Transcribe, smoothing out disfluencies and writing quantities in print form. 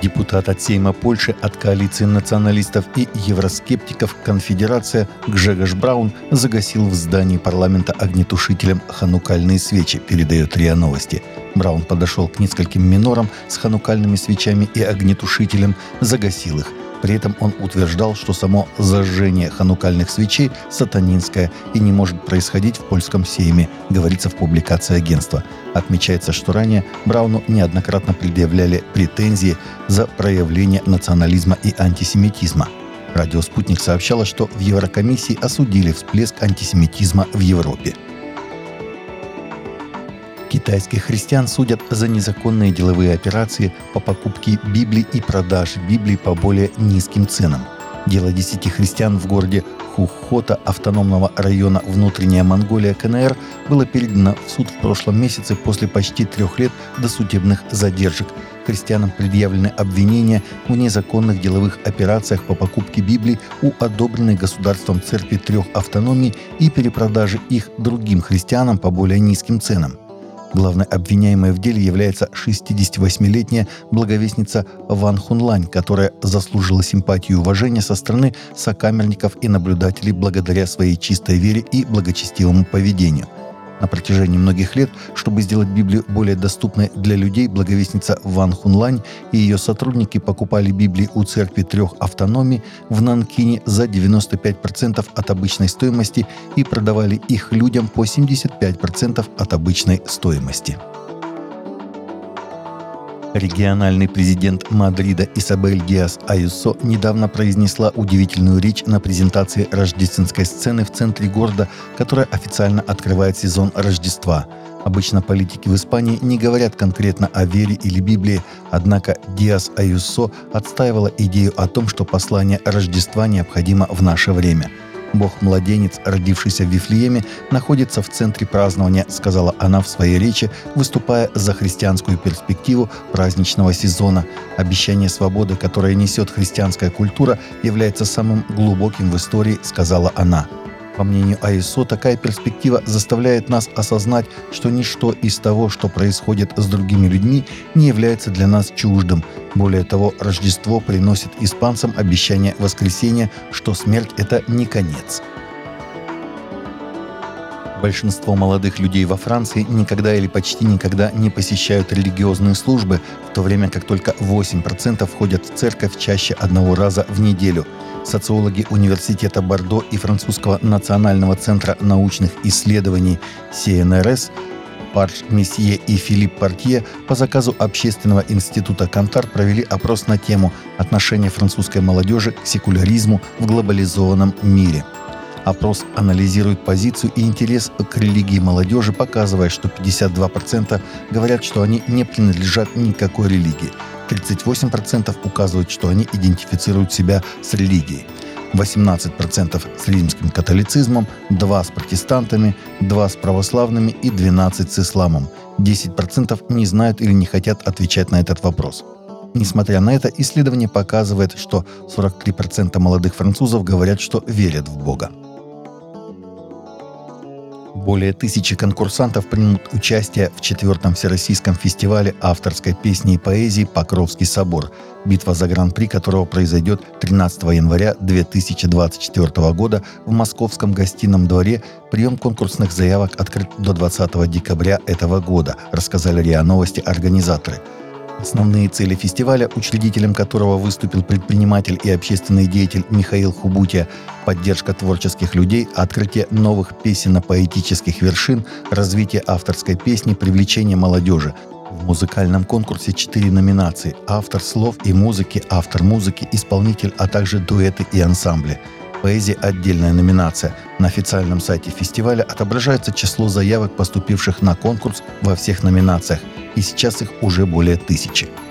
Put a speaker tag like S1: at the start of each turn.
S1: Депутат от Сейма Польши от коалиции националистов и евроскептиков «Конфедерация» Гжегош Браун загасил в здании парламента огнетушителем ханукальные свечи, передает РИА Новости. Браун подошел к нескольким минорам с ханукальными свечами и огнетушителем, загасил их. При этом он утверждал, что само зажжение ханукальных свечей сатанинское и не может происходить в польском Сейме, говорится в публикации агентства. Отмечается, что ранее Брауну неоднократно предъявляли претензии за проявление национализма и антисемитизма. Радио «Спутник» сообщало, что в Еврокомиссии осудили всплеск антисемитизма в Европе. Китайских христиан судят за незаконные деловые операции по покупке Библий и продаже Библий по более низким ценам. Дело 10 христиан в городе Хуххота автономного района Внутренняя Монголия КНР было передано в суд в прошлом месяце после почти 3 лет досудебных задержек. Христианам предъявлены обвинения в незаконных деловых операциях по покупке Библий у одобренной государством церкви 3 автономий и перепродаже их другим христианам по более низким ценам. Главной обвиняемой в деле является 68-летняя благовестница Ван Хунлань, которая заслужила симпатию и уважение со стороны сокамерников и наблюдателей благодаря своей чистой вере и благочестивому поведению. На протяжении многих лет, чтобы сделать Библию более доступной для людей, благовестница Ван Хунлань и ее сотрудники покупали Библии у церкви 3 автономий в Нанкине за 95% от обычной стоимости и продавали их людям по 75% от обычной стоимости. Региональный президент Мадрида Исабель Диас Аюсо недавно произнесла удивительную речь на презентации рождественской сцены в центре города, которая официально открывает сезон Рождества. Обычно политики в Испании не говорят конкретно о вере или Библии, однако Диас Аюсо отстаивала идею о том, что послание Рождества необходимо в наше время. «Бог-младенец, родившийся в Вифлееме, находится в центре празднования», сказала она в своей речи, выступая за христианскую перспективу праздничного сезона. «Обещание свободы, которое несет христианская культура, является самым глубоким в истории», сказала она. По мнению Аюсо, такая перспектива заставляет нас осознать, что ничто из того, что происходит с другими людьми, не является для нас чуждым. Более того, Рождество приносит испанцам обещание воскресения, что смерть – это не конец. Большинство молодых людей во Франции никогда или почти никогда не посещают религиозные службы, в то время как только 8% ходят в церковь чаще 1 раза в неделю. Социологи Университета Бордо и Французского национального центра научных исследований СНРС Парж Месье и Филипп Портье по заказу Общественного института Кантар провели опрос на тему «Отношение французской молодежи к секуляризму в глобализованном мире». Опрос анализирует позицию и интерес к религии молодежи, показывая, что 52% говорят, что они не принадлежат никакой религии. 38% указывают, что они идентифицируют себя с религией. 18% с римским католицизмом, 2% с протестантами, 2% с православными и 12% с исламом. 10% не знают или не хотят отвечать на этот вопрос. Несмотря на это, исследование показывает, что 43% молодых французов говорят, что верят в Бога. Более 1000 конкурсантов примут участие в 4-м Всероссийском фестивале авторской песни и поэзии «Покровский собор», битва за гран-при которого произойдет 13 января 2024 года в Московском гостином дворе. Прием конкурсных заявок открыт до 20 декабря этого года, рассказали РИА Новости организаторы. Основные цели фестиваля, учредителем которого выступил предприниматель и общественный деятель Михаил Хубутия, поддержка творческих людей, открытие новых песенно-поэтических вершин, развитие авторской песни, привлечение молодежи. В музыкальном конкурсе 4 номинации – автор слов и музыки, автор музыки, исполнитель, а также дуэты и ансамбли. Поэзия – отдельная номинация. На официальном сайте фестиваля отображается число заявок, поступивших на конкурс во всех номинациях, и сейчас их уже более 1000.